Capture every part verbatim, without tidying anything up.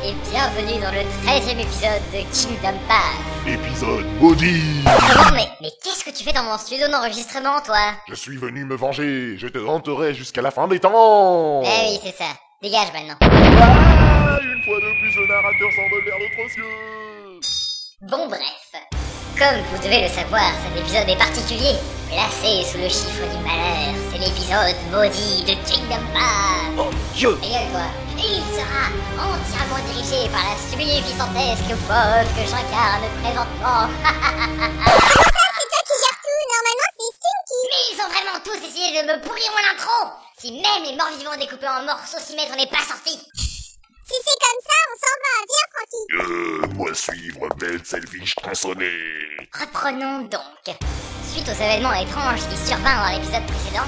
et bienvenue dans le treizième épisode de Kingdom Path. Épisode maudit. Comment, mais, mais qu'est-ce que tu fais dans mon studio d'enregistrement, toi? Je suis venu me venger, je te hanterai jusqu'à la fin des temps. Eh oui, c'est ça. Dégage maintenant. Ah, une fois de plus, le narrateur s'envole vers d'autres cieux. Bon bref, comme vous devez le savoir, cet épisode est particulier. Placé sous le chiffre du malheur, c'est l'épisode maudit de Kingdom Path. Oh Dieu! Régale-toi. Et il sera entièrement dirigé par la sublimissantesque voix que j'incarne présentement. C'est toi qui gères tout, normalement c'est Stinky. Mais ils ont vraiment tous essayé de me pourrir mon intro. Si même les morts-vivants découpés en morceaux s'y mettent, on n'est pas sortis. Si c'est comme ça, on s'en va. Viens, Francky. Euh, moi suivre, belle selfish tronçonnée. Reprenons donc. Suite aux événements étranges qui survinrent dans l'épisode précédent,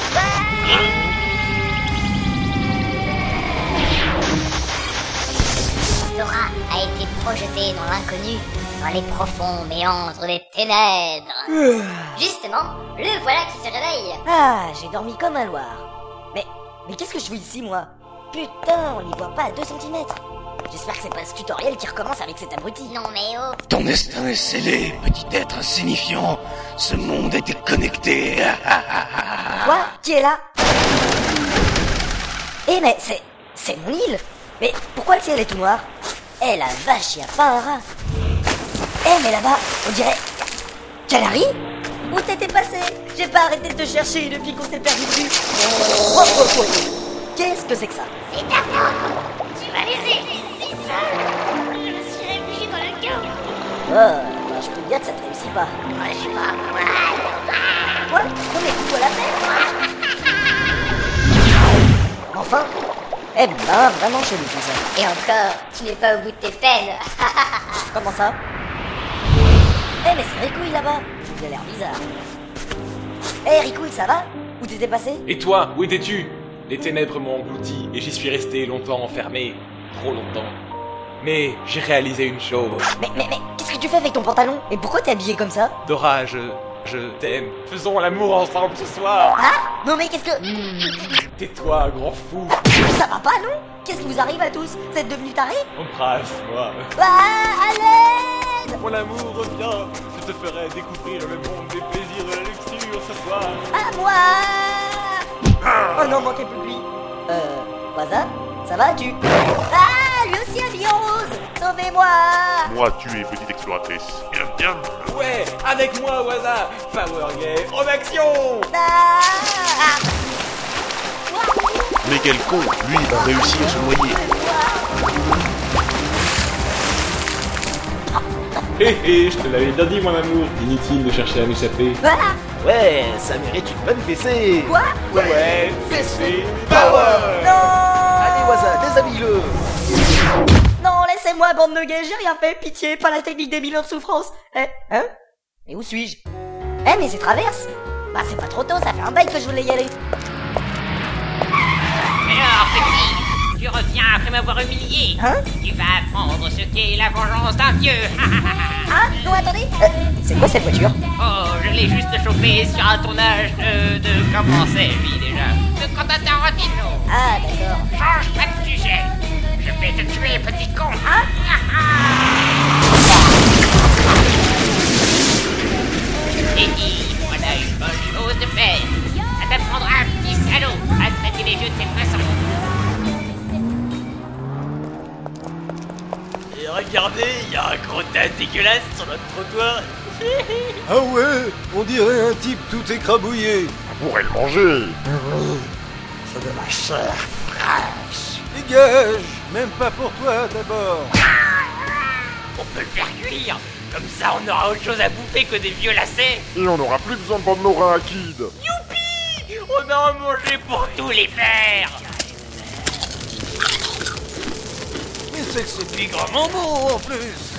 Dora a été projetée dans l'inconnu, dans les profonds méandres des ténèbres. Justement, le voilà qui se réveille. Ah, j'ai dormi comme un loir. Mais, mais qu'est-ce que je fais ici, moi? Putain, on n'y voit pas à deux centimètres. J'espère que c'est pas ce tutoriel qui recommence avec cet abruti. Non mais oh. Ton destin est scellé, petit être insignifiant. Ce monde était connecté. Quoi? Qui est là? Eh mais c'est... c'est mon île. Mais pourquoi le ciel est tout noir? Eh la vache, y'a pas un rat. Eh mais là-bas, on dirait... Canary? Où t'étais passé? J'ai pas arrêté de te chercher depuis qu'on s'est perdu de vue. Oh, oh, oh. Qu'est-ce que c'est que ça? C'est ta faute. Tu vas laisser ici seul. Je me suis réfugié dans le chaos. Oh, bah, je peux te dire que ça te réussit pas. Moi je suis pas moi. Quoi? Non mais fous-toi la paix. Enfin. Eh ben, vraiment chelou tout ça. Et encore, tu n'es pas au bout de tes peines. Comment ça? Eh mais c'est Ricouille là-bas. Il a l'air bizarre. Eh Ricouille, ça va? Où t'étais passé? Et toi, où étais-tu? Les ténèbres m'ont englouti et j'y suis resté longtemps enfermé. Trop longtemps. Mais j'ai réalisé une chose. Mais, mais, mais, qu'est-ce que tu fais avec ton pantalon? Et pourquoi t'es habillé comme ça? Dora, je... je t'aime. Faisons l'amour ensemble ce soir. Ah? Non mais qu'est-ce que... Tais-toi, grand fou. Ça va pas, non? Qu'est-ce qui vous arrive à tous? Vous êtes devenus tarés? Embrasse-moi. Ah, à l'aide! Mon amour, reviens. Je te ferai découvrir le monde des plaisirs de la luxure ce soir. À moi! Oh non, manquait plus que lui. Euh, Waza? Ça va, tu? Ah, lui aussi habillé en rose! Sauvez-moi! Moi tuer, petite exploratrice. Bien, bien. Ouais, avec moi, Waza. Power Gay en action. Ah! Mais quel con, lui il va réussir à se noyer. Hé hé, je te l'avais bien dit, mon amour. Inutile de chercher à m'échapper. Ah! Ouais, ça mérite une bonne fessée. Quoi? Ouais, fessé power. Non! Allez, Waza, déshabille-le. Non, laissez-moi, bande de gays, j'ai rien fait, pitié, pas la technique des mille heures de souffrance. Eh, hein? Mais où suis-je? Eh, mais c'est traverse. Bah, c'est pas trop tôt, ça fait un bail que je voulais y aller. Alors, petit, tu reviens après m'avoir humilié. Hein? Tu vas apprendre ce qu'est la vengeance d'un vieux. Ah, non, attendez. Euh, c'est quoi cette voiture? Oh, je l'ai juste chauffé sur un tournage de... de... comment c'est, lui, déjà? De Quentin Tarantino. Ah, d'accord. Change pas de sujet. Je vais te tuer, petit con. Hein? Et dit, voilà une bonne chose de faire. Ça t'apprendra, petit salaud, à traiter les jeux de cette façon. Et regardez, il y a un gros tas dégueulasse sur notre trottoir. Ah ouais, on dirait un type tout écrabouillé. On pourrait le manger. C'est de la chair fraîche. Dégage, même pas pour toi d'abord. On peut le faire cuire. Comme ça, on aura autre chose à bouffer que des vieux lacets. Et on n'aura plus besoin de vendre nos reins à Kid. Youpi! On a à manger pour tous les fers. Mais c'est que c'est bigrement beau en plus.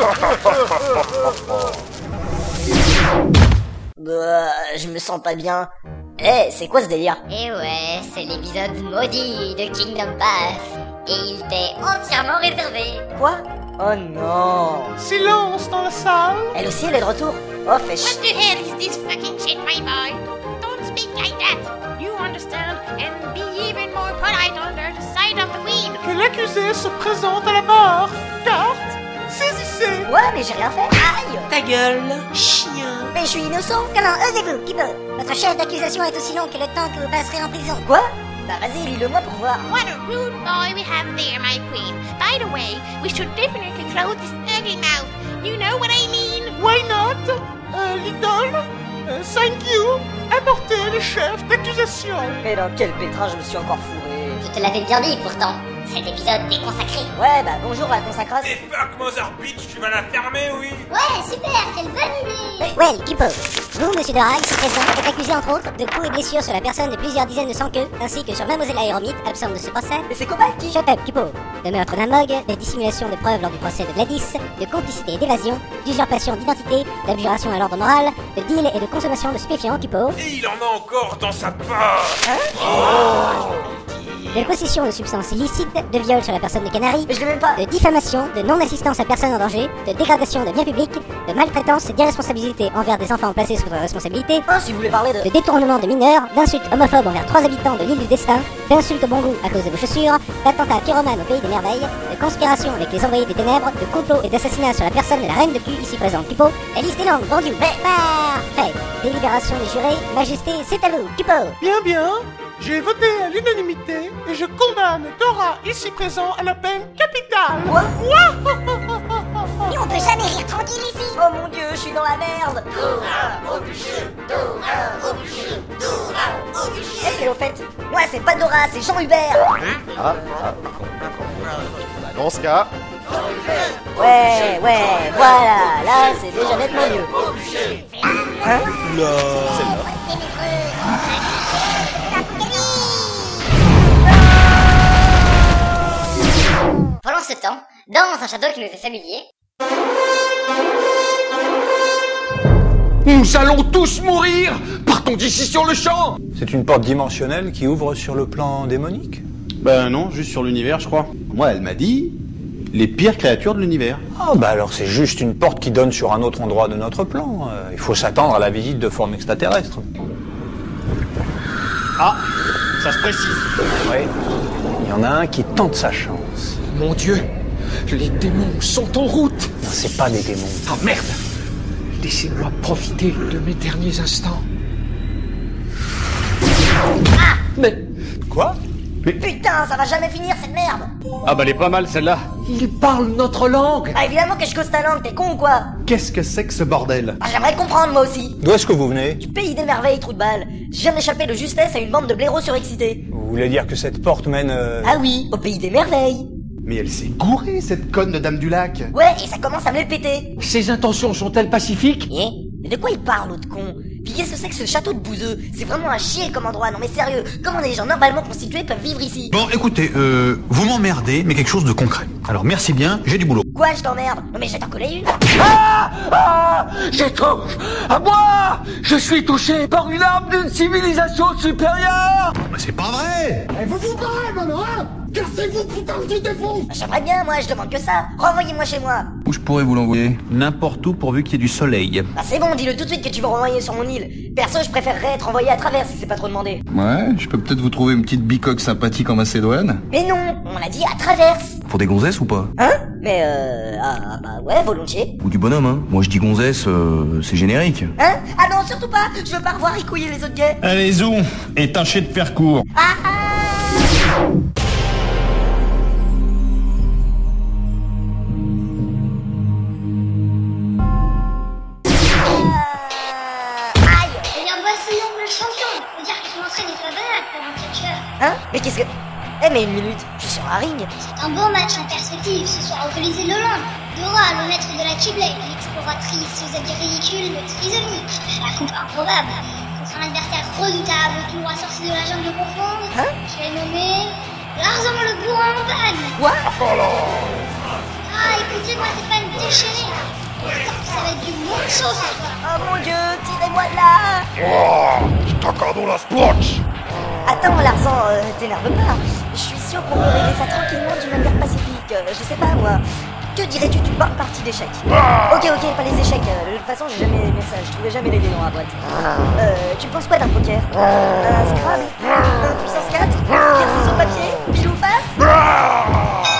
Euh, je me sens pas bien. Eh, c'est quoi ce délire? Et ouais, c'est l'épisode maudit de Kingdom Path. Et il t'est entièrement réservé. Quoi? Oh non. Silence dans la salle. Elle aussi, elle est de retour. Oh, fais ch... What the hell is this fucking shit, my boy? Don't speak like that. You understand, and be even more polite under the side of the queen. Quelle est accusé se présente à la barre. Carte, saisissez. Ouais, mais j'ai rien fait. Aïe. Ta gueule, chien. Mais je suis innocent. Comment osez-vous, Kibo? Votre chef d'accusation est aussi long que le temps que vous passerez en prison. Quoi? Bah vas-y, lis-le-moi pour voir. What a rude boy we have there, my queen. By the way, we should definitely close this ugly mouth. You know what I mean? Why not? Euh, Little, euh, thank you. Apportez le chef d'accusation. Mais dans quel pétrin je me suis encore fourré. Je te l'avais bien dit pourtant. Cet épisode est consacré. Ouais, bah bonjour la consacrace. Et fuck Mother Bitch, tu vas la fermer, oui? Ouais, super, quelle bonne idée. Well, Kipo, vous, monsieur Dorag, ici présent, êtes accusé entre autres de coups et blessures sur la personne de plusieurs dizaines de sans-queues, ainsi que sur Mademoiselle Aéromite, absente de ce procès. Mais c'est Cobalt qui... Shut up, Kipo. De meurtre d'un Mog, de dissimulation de preuves lors du procès de Gladys, de complicité et d'évasion, d'usurpation d'identité, d'abjuration à l'ordre moral, de deal et de consommation de stupéfiants, Kipo. Et il en a encore dans sa poche. De possession de substances illicites, de viol sur la personne de Canary, Mais je l'ai même pas. de diffamation, de non-assistance à personne en danger, de dégradation de biens publics, de maltraitance et d'irresponsabilité envers des enfants placés sous votre responsabilité, Ah, si vous voulez parler de... de détournement de mineurs, d'insultes homophobes envers trois habitants de l'île du destin, d'insultes au bon goût à cause de vos chaussures, d'attentats pyromanes au pays des merveilles, de conspiration avec les envoyés des ténèbres, de complot et d'assassinat sur la personne de la reine de cul ici présente, Kipo. La liste est longue, bon Dieu. Mais parfait. Délibération des jurés, majesté, c'est à vous, Kipo. Bien, bien. J'ai voté à l'unanimité et je condamne Dora, ici présent, à la peine capitale. Quoi? Et on peut jamais rire tranquille ici. Oh mon dieu, je suis dans la merde. Eh, mais au fait, moi c'est pas Dora, c'est Jean Hubert. Ah, ah, dans ce cas, Ouais, ouais, voilà, là c'est déjà nettement mieux. Hein? Pendant ce temps, dans un château qui nous est familier, Nous allons tous mourir! Partons d'ici sur le champ! C'est une porte dimensionnelle qui ouvre sur le plan démonique? Ben non, juste sur l'univers, je crois. Moi, elle m'a dit les pires créatures de l'univers. Ah bah alors c'est juste une porte qui donne sur un autre endroit de notre plan. Euh, il faut s'attendre à la visite de formes extraterrestres. Ah, ça se précise. Oui, il y en a un qui tente sa chance. Mon Dieu! Les démons sont en route! Non, c'est pas des démons. Oh merde! Laissez-moi profiter de mes derniers instants. Ah! Mais... Quoi? Putain, ça va jamais finir cette merde. Ah bah elle est pas mal celle-là. Ils parlent notre langue! Ah évidemment que je cause ta langue, t'es con ou quoi? Qu'est-ce que c'est que ce bordel? Ah j'aimerais comprendre moi aussi. D'où est-ce que vous venez? Du pays des merveilles, trou de balle. Je viens d'échapper de justesse à une bande de blaireaux surexcités. Vous voulez dire que cette porte mène... Euh... Ah oui, au pays des merveilles. Mais elle s'est gourée, cette conne de Dame du Lac. Ouais, et ça commence à me les péter. Ses intentions sont-elles pacifiques? Eh? Mais de quoi il parle, l'autre con? Puis qu'est-ce que c'est que ce château de bouseux? C'est vraiment à chier comme endroit, non mais sérieux, comment des gens normalement constitués peuvent vivre ici? Bon, écoutez, euh, vous m'emmerdez, mais quelque chose de concret. Alors merci bien, j'ai du boulot. Quoi, je t'emmerde? Non mais je vais t'en coller une. Ah! Ah! J'étouffe! À moi! Je suis touché par une arme d'une civilisation supérieure! Mais c'est pas vrai! Eh, vous vous barrez, maintenant, hein? Cassez-vous, putain, je vous défonce! J'aimerais bien, moi, je demande que ça. Renvoyez-moi chez moi. Où je pourrais vous l'envoyer? N'importe où pourvu qu'il y ait du soleil. Bah c'est bon, dis-le tout de suite que tu veux renvoyer sur mon île. Perso, je préférerais être envoyé à travers si c'est pas trop demandé. Ouais, je peux peut-être vous trouver une petite bicoque sympathique en Macédoine. Mais non, on a dit à traverse. Pour des gonzesses ou pas? Hein? Mais euh... Ah bah ouais, volontiers. Ou du bonhomme, hein. Moi je dis gonzesse, euh, c'est générique. Hein? Ah non, surtout pas. Je veux pas revoir écouiller les autres gays. Allez, zou, et tâchez de faire court. Ah ah. Hein? Mais qu'est-ce que... Eh mais une minute, je suis sur un ring. C'est un beau match en perspective ce soir au Colisée de Hollande. Dora, le maître de la Keyblade, l'exploratrice aux habits ridicules, le trisomique, la coupe improbable, contre un adversaire redoutable, tout droit sorti de la jungle profonde. Hein? Je l'ai nommé Largement le bourrin en panne. Quoi? Ah, écoutez-moi, c'est pas une déchaînée là. Ça va être du bon chaud ce soir. Oh mon dieu, tirez-moi de là. Oh, je t'accorde la splotch! Attends, Larsan, euh, t'énerve pas. Je suis sûr qu'on peut régler ça tranquillement d'une manière pacifique. Euh, je sais pas, moi. Que dirais-tu d'une bonne partie d'échecs? Ok, ok, pas les échecs. Euh, de toute façon, j'ai jamais aimé ça. Je trouvais jamais les dés dans la boîte. Euh, tu penses quoi d'un poker? Un Scrabble? Un puissance quatre? Pierre, ciseaux, papier? Pile ou face?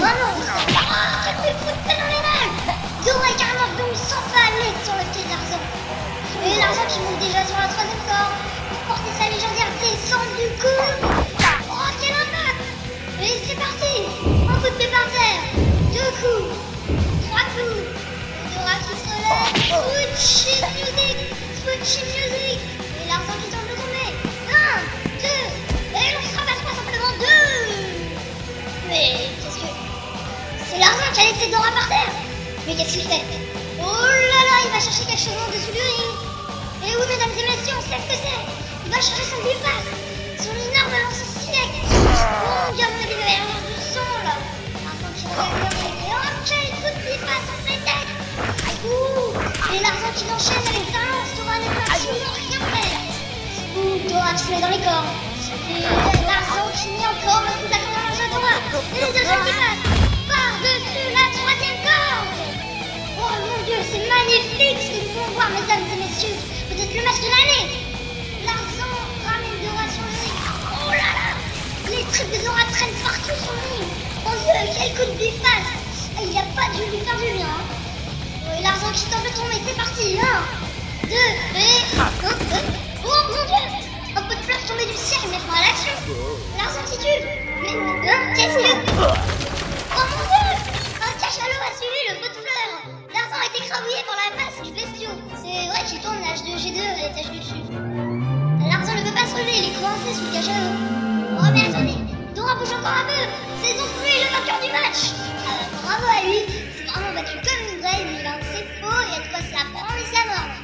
Vraiment, oh, quel coup de foot phénoménal. Dora et carrément venu s'emballer sur le pied de Larsan. Et Larsan qui monte déjà sur la troisième corde pour porter sa légendaire descente du coude. Oh, quel impact. Et c'est parti. Un coup de pied par terre. Deux coups. Trois coups. Dora qui se relève. Switchy music. Switchy music. Et Larsan qui tente de tomber. Un, deux. Et l'on se rabat pas simplement deux. Mais qu'est-ce que... C'est Larsan qui a laissé Dora par terre. Mais qu'est-ce qu'il fait? Oh là là, il va chercher quelque chose en dessous du ring. Et oui, mesdames et messieurs, on sait ce que c'est. Il va chercher son biface. Son énorme lance-silex. Mon Dieu, mon avis, il va y avoir du son là. Larsan qui regarde le ring. Et oh, quel coup de biface en pleine tête. Ouh. Et Larsan qui l'enchaîne avec sa lance. Dora n'est pas absolument rien faire. Ouh, Dora qui se met dans les cordes. Et Larsan qui met encore le coup d'accrochage à Dora. Et le deuxième qui passe par-dessus la troisième corde. Oh mon Dieu, c'est magnifique ce que nous pouvons voir, mesdames et messieurs. Peut-être le match de l'année. Larsan ramène Dora sur le ring. Oh là là. Les tripes de Dora traînent partout sur le ring. Mon Dieu, quel coup de biface. Il n'a pas dû lui faire du bien. Hein. Et Larsan qui tente de tomber, c'est parti. Un, deux, et... Oh, oh mon Dieu. Un peu de fleurs tombées du ciel, mais pas à l'action. Larsan qui tue. Mais hein, qu'est-ce que... Oh mon Dieu. Un cachalot a suivi le feu de fleurs. Larsan a été écrabouillé par la masse du bestiau. C'est vrai qu'il tourne l'H deux G deux à l'étage du dessus. Larsan ne peut pas se relever, il est coincé sous le cachalot. Oh mais attendez, Dora bouge encore un peu. C'est donc lui le vainqueur du match. Euh, bravo à lui. C'est vraiment battu comme une vraie, mais il a un de ses faux et il y a de quoi se la prendre et se la mordre.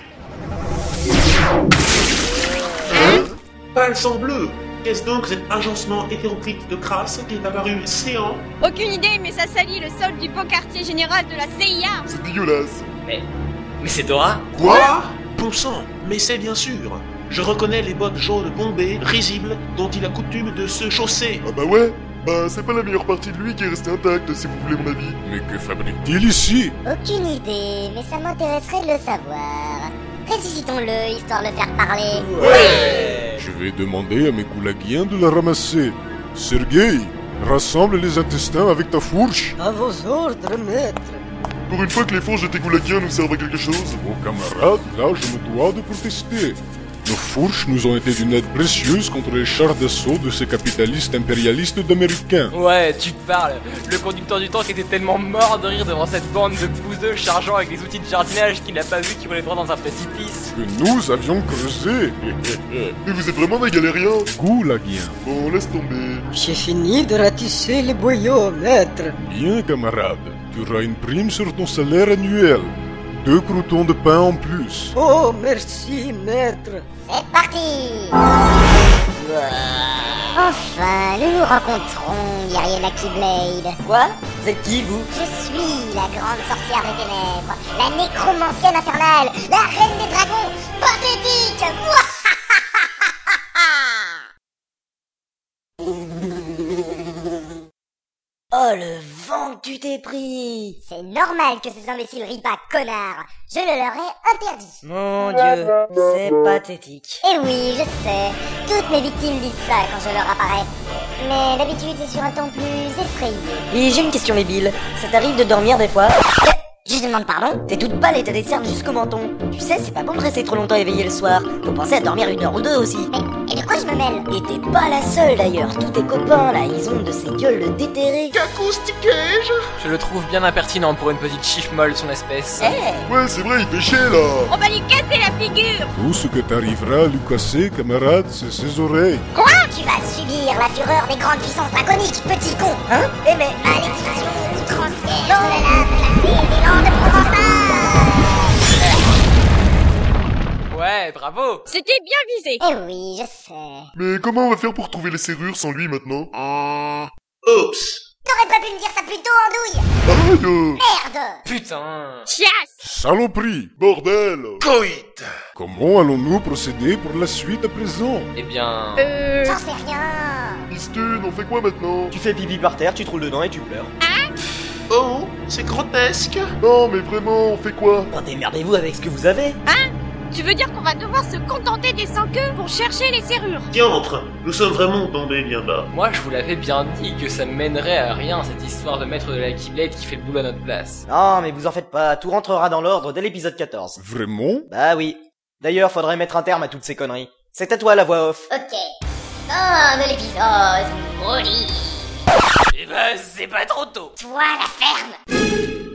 Pas le sang bleu. Qu'est-ce donc cet agencement hétéroclite de crasse qui est apparu séant? Aucune idée, mais ça salit le sol du beau quartier général de la C I A. C'est dégueulasse. Mais... Mais c'est Dora? Quoi? Bon sang, mais c'est bien sûr. Je reconnais les bottes jaunes bombées, risibles, dont il a coutume de se chausser. Ah bah ouais. Bah c'est pas la meilleure partie de lui qui est restée intacte, si vous voulez mon avis. Mais que fabrique-t-il ici? Aucune idée, mais ça m'intéresserait de le savoir. Ressuscitons-le, histoire de le faire parler. Ouais. Je vais demander à mes goulagiens de la ramasser. Sergueï, rassemble les intestins avec ta fourche. À vos ordres, maître. Pour une fois que les fourches de tes goulagiens nous servent à quelque chose. Mon camarade, là je me dois de protester. Nos fourches nous ont été d'une aide précieuse contre les chars d'assaut de ces capitalistes impérialistes d'Américains. Ouais, tu parles. Le conducteur du tank était tellement mort de rire devant cette bande de bouseux chargeant avec des outils de jardinage qu'il n'a pas vu qu'il roulait droit dans un précipice. Que nous avions creusé. Mais vous êtes vraiment des galériens. Goulagiens. Bon, laisse tomber. J'ai fini de ratisser les boyaux, maître. Bien, camarade. Tu auras une prime sur ton salaire annuel. Deux croutons de pain en plus. Oh, merci, maître. C'est parti. Enfin, nous nous rencontrons, guerrier Lucky Blade. Quoi? C'est qui, vous? Je suis la grande sorcière des ténèbres, la nécromancienne infernale, la reine des dragons, pathétique. Oh, le vent que tu t'es pris! C'est normal que ces imbéciles rient pas, connard. Je le leur ai interdit. Mon Dieu, c'est pathétique. Eh oui, je sais. Toutes mes victimes disent ça quand je leur apparais. Mais d'habitude, c'est sur un ton plus effrayé. Et j'ai une question, Bill. Ça t'arrive de dormir des fois? Je te demande pardon? T'es toute pâle et t'as des cernes jusqu'au menton. Tu sais, c'est pas bon de rester trop longtemps éveillé le soir. Faut penser à dormir une heure ou deux aussi. Mais, et de quoi je me mêle? Et t'es pas la seule d'ailleurs. Tous tes copains là, ils ont de ces gueules déterrées. Qu'acoustiquais-je? Je le trouve bien impertinent pour une petite chiffre molle, son espèce. Hey. Ouais, c'est vrai, il fait chier là. On va lui casser la figure. Tout ce que t'arriveras à lui casser, camarade, c'est ses oreilles. Quoi? Tu vas subir la fureur des grandes puissances draconiques, petit con. Hein? Eh mais... Malédiction outrancière de la lave glacée des landes de Provençal. Ouais, bravo. C'était bien visé. Eh oui, je sais. Mais comment on va faire pour trouver les serrures sans lui maintenant? Euh... Oups. T'aurais pas pu me dire ça plus tôt, Andouille. Aïe. Merde. Putain. Chiasse. Saloperie. Bordel. Coït. Comment allons-nous procéder pour la suite à présent? Eh bien... Euh... J'en sais rien. Mistune, on fait quoi maintenant? Tu fais pipi par terre, tu te roules dedans et tu pleures. Hein? Oh, c'est grotesque. Non, mais vraiment, on fait quoi? Ben démerdez-vous avec ce que vous avez. Hein? Tu veux dire qu'on va devoir se contenter des sans-queues pour chercher les serrures? Diantre, nous sommes vraiment tombés bien bas. Moi, je vous l'avais bien dit que ça mènerait à rien, cette histoire de maître de la Keyblade qui fait le boulot à notre place. Non, mais vous en faites pas, tout rentrera dans l'ordre dès l'épisode quatorze. Vraiment? Bah oui. D'ailleurs, faudrait mettre un terme à toutes ces conneries. C'est à toi la voix off. Ok. Fin de l'épisode, Broly. Eh ben, c'est pas trop tôt. Toi la ferme.